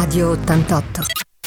Radio 88.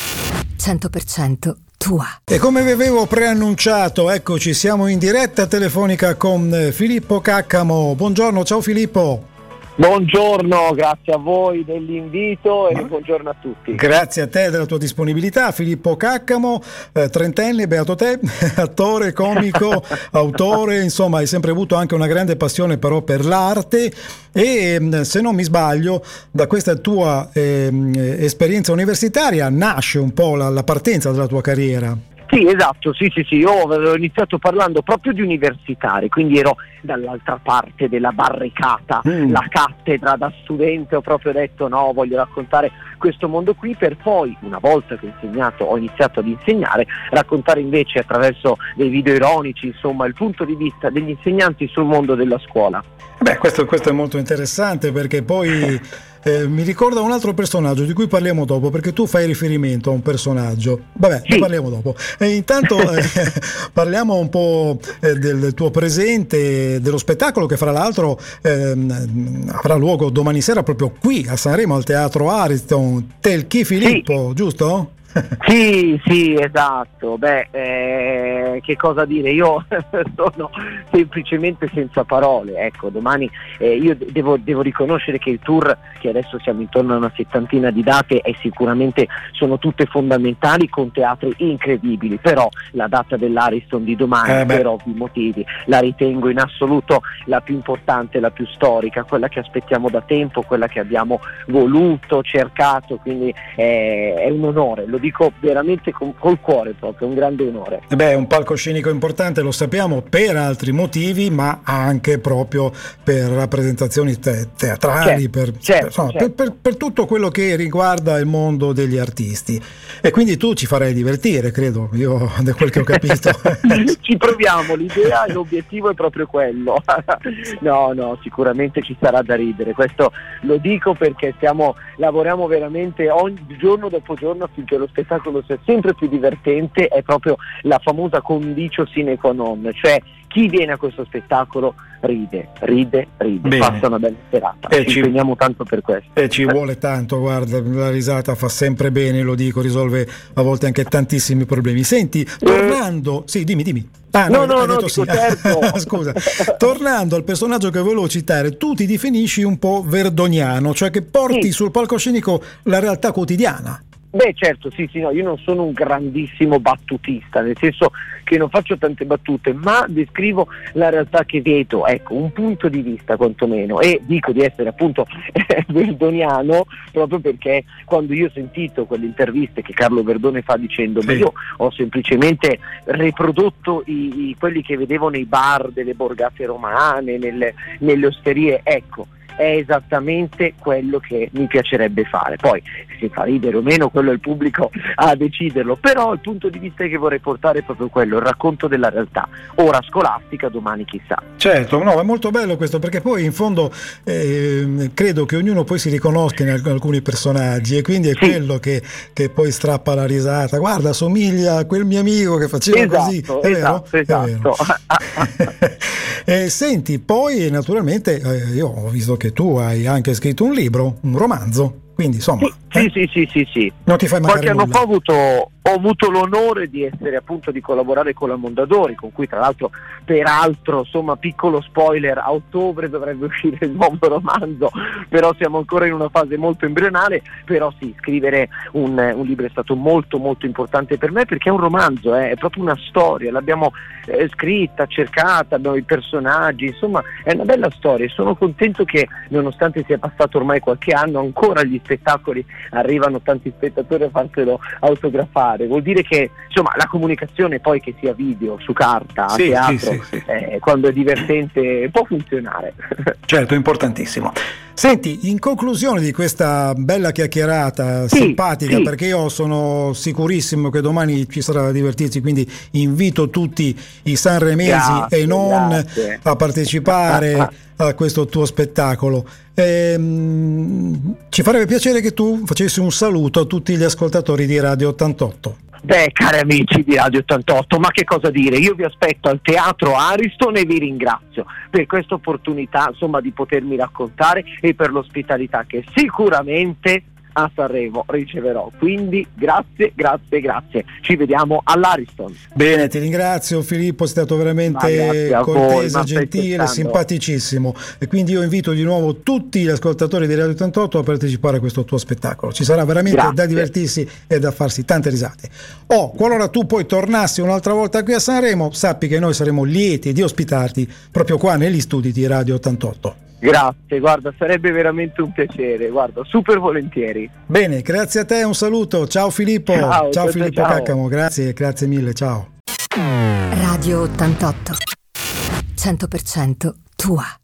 100% tua. E come vi avevo preannunciato, eccoci, siamo in diretta telefonica con Filippo Caccamo. Buongiorno, ciao Filippo. Buongiorno, grazie a voi dell'invito e buongiorno a tutti. Grazie a te della tua disponibilità. Filippo Caccamo, trentenne, beato te, attore, comico, autore, insomma hai sempre avuto anche una grande passione però per l'arte e se non mi sbaglio da questa tua esperienza universitaria nasce un po' la partenza della tua carriera. Sì, esatto, sì, io ho iniziato parlando proprio di universitari, quindi ero dall'altra parte della barricata, la cattedra, da studente ho proprio detto no, voglio raccontare questo mondo qui, per poi, una volta che ho iniziato ad insegnare, raccontare invece attraverso dei video ironici, insomma, il punto di vista degli insegnanti sul mondo della scuola. Beh, questo è molto interessante perché poi mi ricorda un altro personaggio di cui parliamo dopo, perché tu fai riferimento a un personaggio. Vabbè, ne parliamo dopo. Intanto parliamo un po' del tuo presente, dello spettacolo che fra l'altro avrà luogo domani sera proprio qui a Sanremo al Teatro Ariston. Tel chi Filippo, sì. Giusto? Sì, esatto. Che cosa dire? Io sono semplicemente senza parole. Ecco, domani io devo riconoscere che il tour, che adesso siamo intorno a una settantina di date, sicuramente sono tutte fondamentali con teatri incredibili, però la data dell'Ariston di domani, per ovvi motivi, la ritengo in assoluto la più importante, la più storica, quella che aspettiamo da tempo, quella che abbiamo voluto, cercato, quindi è un onore, lo dico veramente col cuore proprio, un grande onore. È un palcoscenico importante, lo sappiamo, per altri motivi, ma anche proprio per rappresentazioni teatrali, per tutto quello che riguarda il mondo degli artisti. E quindi tu ci farai divertire, credo, io da quel che ho capito. Ci proviamo, l'idea e l'obiettivo è proprio quello. No, sicuramente ci sarà da ridere, questo lo dico perché lavoriamo veramente giorno dopo giorno affinché lo spettacolo sia sempre più divertente, è proprio la famosa condicio sine qua non, cioè chi viene a questo spettacolo ride, passa una bella serata, ci impegniamo tanto per questo. E ci vuole tanto, guarda, la risata fa sempre bene, lo dico, risolve a volte anche tantissimi problemi. Senti, tornando, sì, dimmi. No, sì. Certo. Scusa, tornando al personaggio che volevo citare, tu ti definisci un po' verdoniano, cioè che porti sul palcoscenico la realtà quotidiana. Certo, sì, no, io non sono un grandissimo battutista, nel senso che non faccio tante battute, ma descrivo la realtà che vedo, ecco, un punto di vista quantomeno, e dico di essere appunto verdoniano proprio perché quando io ho sentito quelle interviste che Carlo Verdone fa dicendo ma io ho semplicemente riprodotto quelli che vedevo nei bar delle borgate romane, nelle osterie, ecco, è esattamente quello che mi piacerebbe fare. Poi se fa ridere o meno, quello è il pubblico a deciderlo, però il punto di vista che vorrei portare è proprio quello, il racconto della realtà, ora scolastica, domani chissà. Certo, no, è molto bello questo, perché poi in fondo credo che ognuno poi si riconosca in alcuni personaggi, e quindi è quello che poi strappa la risata. Guarda, somiglia a quel mio amico che faceva così, è vero? Senti, poi naturalmente io ho visto che tu hai anche scritto un libro, un romanzo, quindi insomma sì. Non ti fai qualche anno nulla. fa ho avuto l'onore di essere appunto di collaborare con la Mondadori, con cui tra l'altro, peraltro, insomma, piccolo spoiler, a ottobre dovrebbe uscire il nuovo romanzo, però siamo ancora in una fase molto embrionale. Però sì, scrivere un libro è stato molto molto importante per me, perché è un romanzo, è proprio una storia, l'abbiamo scritta, cercata, abbiamo i personaggi, insomma è una bella storia, e sono contento che nonostante sia passato ormai qualche anno ancora agli spettacoli arrivano tanti spettatori a farselo autografare. Vuol dire che insomma la comunicazione, poi che sia video, su carta, a teatro, quando è divertente può funzionare. Certo, importantissimo. Senti, in conclusione di questa bella chiacchierata simpatica, perché io sono sicurissimo che domani ci sarà da divertirsi, quindi invito tutti i sanremesi e non a partecipare a questo tuo spettacolo. Ci farebbe piacere che tu facessi un saluto a tutti gli ascoltatori di Radio 88. Cari amici di Radio 88, ma che cosa dire? Io vi aspetto al Teatro Ariston e vi ringrazio per questa opportunità, insomma, di potermi raccontare, e per l'ospitalità che sicuramente a Sanremo riceverò. Quindi grazie, ci vediamo all'Ariston. Bene, ti ringrazio Filippo, sei stato veramente cortese, gentile, simpaticissimo, e quindi io invito di nuovo tutti gli ascoltatori di Radio 88 a partecipare a questo tuo spettacolo. Ci sarà veramente da divertirsi e da farsi tante risate. Qualora tu poi tornassi un'altra volta qui a Sanremo, sappi che noi saremo lieti di ospitarti proprio qua negli studi di Radio 88. Grazie, guarda, sarebbe veramente un piacere, guarda, super volentieri. Bene, grazie a te, un saluto. Ciao Filippo. Ciao Filippo Caccamo, grazie mille, ciao. Radio 88 100% tua.